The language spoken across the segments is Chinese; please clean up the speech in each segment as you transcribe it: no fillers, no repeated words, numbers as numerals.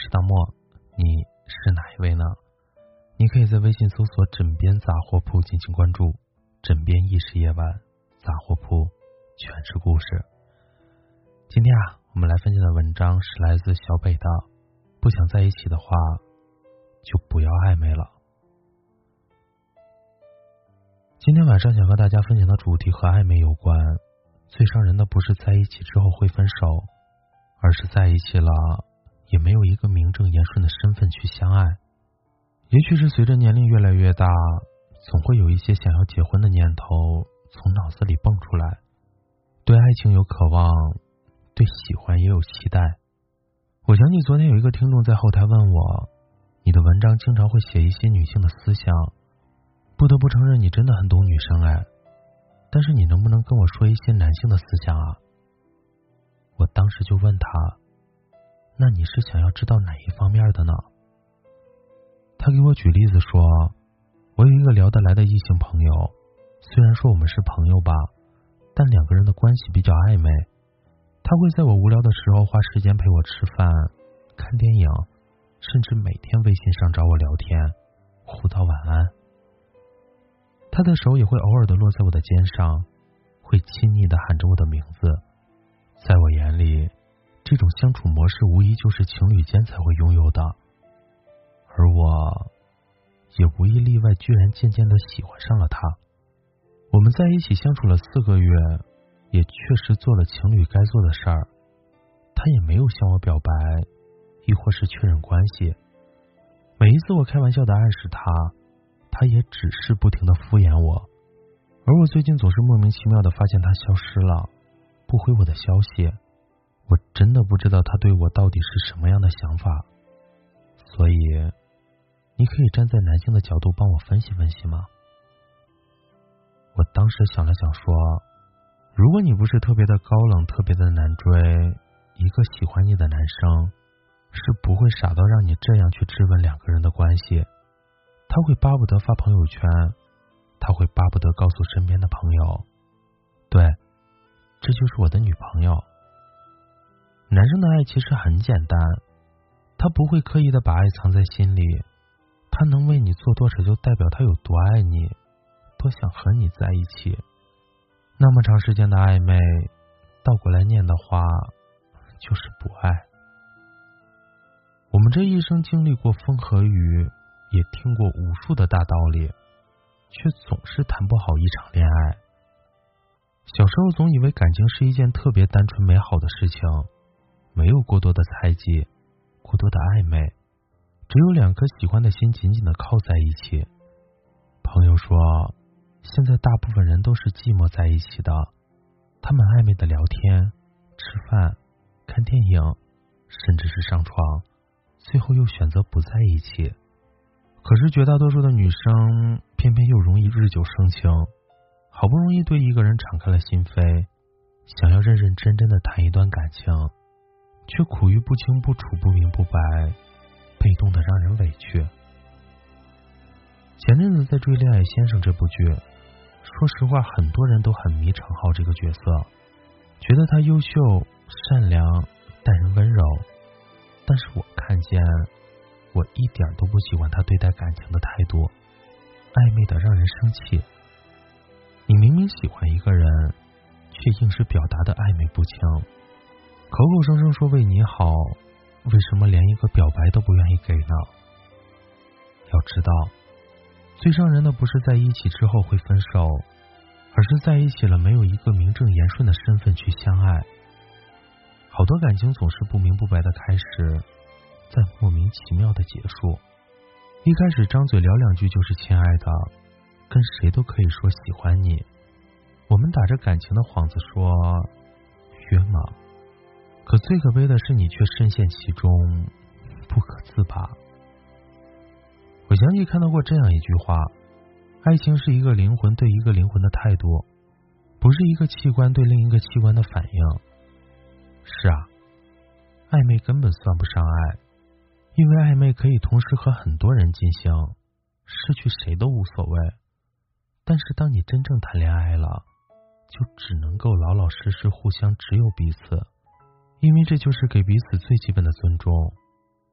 是大漠，你是哪一位呢？你可以在微信搜索枕边杂货铺进行关注，枕边亦是夜晚，杂货铺全是故事。今天我们来分享的文章是来自小北的，不想在一起的话就不要暧昧了。今天晚上想和大家分享的主题和暧昧有关，最伤人的不是在一起之后会分手，而是在一起了也没有一个名正言顺的身份去相爱。也许是随着年龄越来越大，总会有一些想要结婚的念头从脑子里蹦出来，对爱情有渴望，对喜欢也有期待。我想起昨天有一个听众在后台问我，你的文章经常会写一些女性的思想，不得不承认你真的很懂女生但是你能不能跟我说一些男性的思想啊？我当时就问他，那你是想要知道哪一方面的呢？他给我举例子说，我有一个聊得来的异性朋友，虽然说我们是朋友吧，但两个人的关系比较暧昧。他会在我无聊的时候花时间陪我吃饭、看电影，甚至每天微信上找我聊天，互道晚安。他的手也会偶尔的落在我的肩上，会亲昵的喊着我的名字。在我眼里，这种相处模式无疑就是情侣间才会拥有的，而我也无一例外，居然渐渐的喜欢上了他。我们在一起相处了4个月，也确实做了情侣该做的事儿。他也没有向我表白，亦或是确认关系。每一次我开玩笑的暗示他，他也只是不停的敷衍我。而我最近总是莫名其妙的发现他消失了，不回我的消息。我真的不知道他对我到底是什么样的想法。所以你可以站在男性的角度帮我分析分析吗？我当时想了想说，如果你不是特别的高冷，特别的难追，一个喜欢你的男生是不会傻到让你这样去质问两个人的关系。他会巴不得发朋友圈，他会巴不得告诉身边的朋友，对，这就是我的女朋友。男生的爱其实很简单，他不会刻意的把爱藏在心里，他能为你做多少就代表他有多爱你，多想和你在一起。那么长时间的暧昧，倒过来念的话就是不爱。我们这一生经历过风和雨，也听过无数的大道理，却总是谈不好一场恋爱。小时候总以为感情是一件特别单纯美好的事情，没有过多的猜忌，过多的暧昧，只有2颗喜欢的心紧紧地靠在一起。朋友说，现在大部分人都是寂寞在一起的，他们暧昧的聊天、吃饭、看电影，甚至是上床，最后又选择不在一起。可是绝大多数的女生偏偏又容易日久生情，好不容易对一个人敞开了心扉，想要认认真真的谈一段感情，却苦于不清不楚、不明不白，被动的让人委屈。前阵子在追《恋爱先生》这部剧，说实话很多人都很迷程浩这个角色，觉得他优秀、善良、待人温柔，但是我看见，我一点都不喜欢他对待感情的态度，暧昧的让人生气。你明明喜欢一个人，却硬是表达的暧昧不清，口口声声说为你好，为什么连一个表白都不愿意给呢？要知道，最伤人的不是在一起之后会分手，而是在一起了没有一个名正言顺的身份去相爱。好多感情总是不明不白的开始，再莫名其妙的结束。一开始张嘴聊2句就是亲爱的，跟谁都可以说喜欢你，我们打着感情的幌子说约吗？可最可悲的是你却深陷其中，不可自拔。我想起看到过这样一句话，爱情是一个灵魂对一个灵魂的态度，不是一个器官对另一个器官的反应。是啊，暧昧根本算不上爱，因为暧昧可以同时和很多人进行，失去谁都无所谓。但是当你真正谈恋爱了，就只能够老老实实互相只有彼此，因为这就是给彼此最基本的尊重，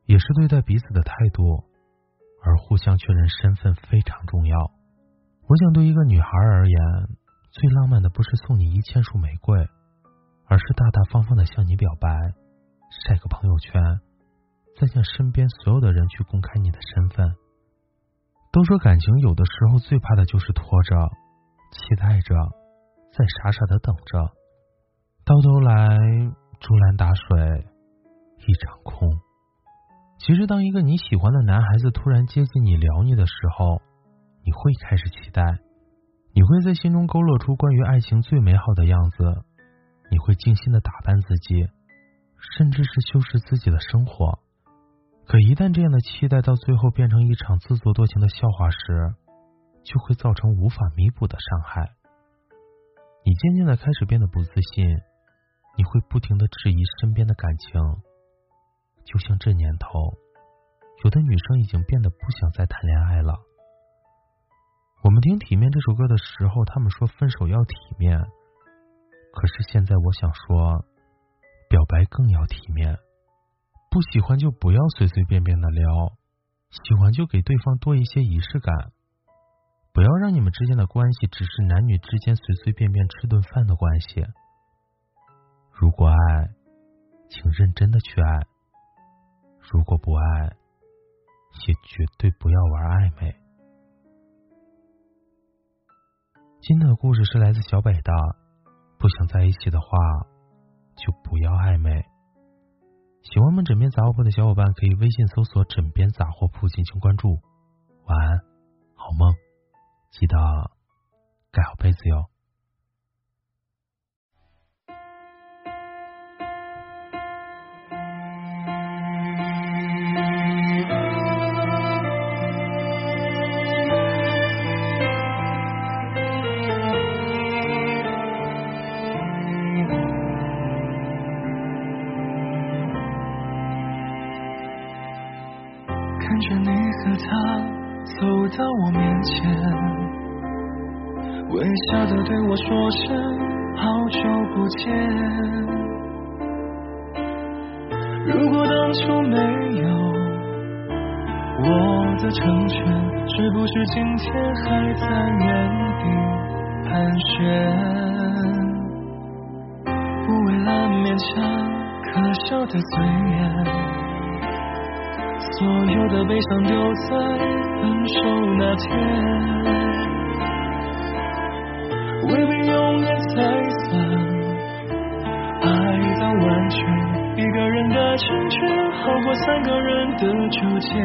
也是对待彼此的态度，而互相确认身份非常重要。我想对一个女孩而言，最浪漫的不是送你1000束玫瑰，而是大大方方的向你表白，晒个朋友圈，再向身边所有的人去公开你的身份。都说感情有的时候最怕的就是拖着，期待着，再傻傻的等着，到头来竹篮打水一场空。其实当一个你喜欢的男孩子突然接近你撩你的时候，你会开始期待，你会在心中勾勒出关于爱情最美好的样子，你会精心的打扮自己，甚至是修饰自己的生活。可一旦这样的期待到最后变成一场自作多情的笑话时，就会造成无法弥补的伤害。你渐渐的开始变得不自信，你会不停的质疑身边的感情。就像这年头，有的女生已经变得不想再谈恋爱了。我们听《体面》这首歌的时候，他们说分手要体面，可是现在我想说，表白更要体面。不喜欢就不要随随便便的撩，喜欢就给对方多一些仪式感，不要让你们之间的关系只是男女之间随随便便吃顿饭的关系。如果爱，请认真的去爱，如果不爱，也绝对不要玩暧昧。今天的故事是来自小北的，不想在一起的话，就不要暧昧。喜欢我们枕边杂货铺的小伙伴可以微信搜索枕边杂货铺进行关注。晚安，好梦，记得盖好被子哟。 看着你和他走到我面前，微笑地对我说声好久不见。如果当初没有我的成全，是不是今天还在原地盘旋？不为了勉强可笑的嘴脸，所有的悲伤丢在分手那天，未必永远才算爱到完全，一个人的成全好过3个人的纠结。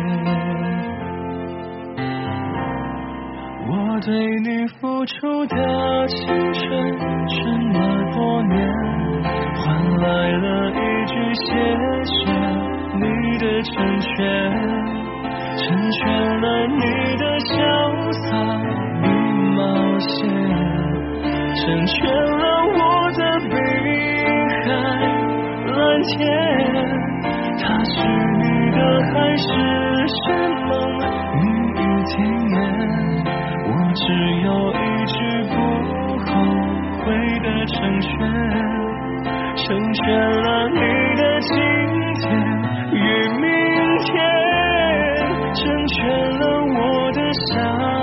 我对你付出的青春这么多年，换来了一句谢谢你的成全，成全了你的潇洒与冒险，成全了我的碧海蓝天。他是你的还是什么蜜语甜言？我只有一句不后悔的成全，成全了你的今天与明天，成全了我的下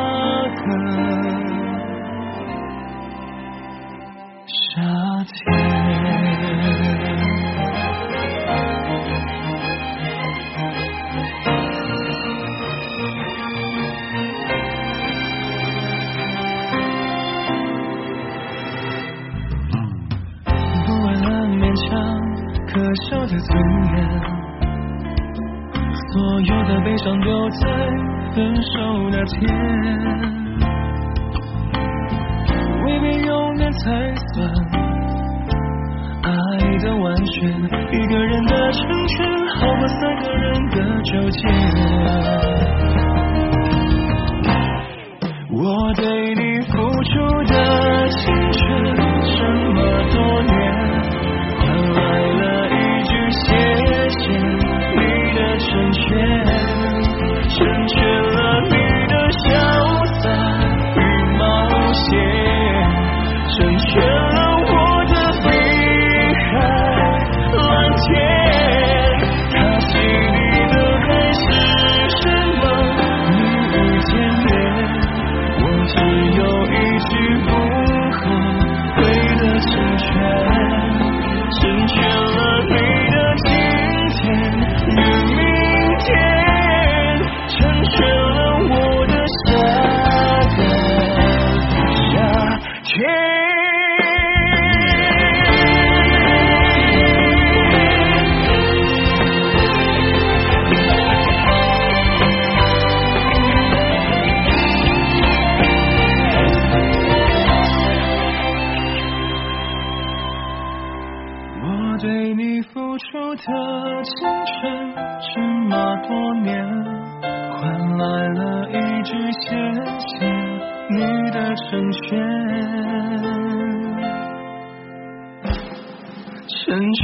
个夏天。不为了勉强可笑的尊严，所有的悲伤丢在分手那天，未必永远才算爱的完全，一个人的成全好过3个人的纠结。我对你付出的青春这么多年，换来了一句谢谢你的成全，成全了你的潇洒与冒险，成全了我的碧海蓝天。他是你谢谢你的成全。成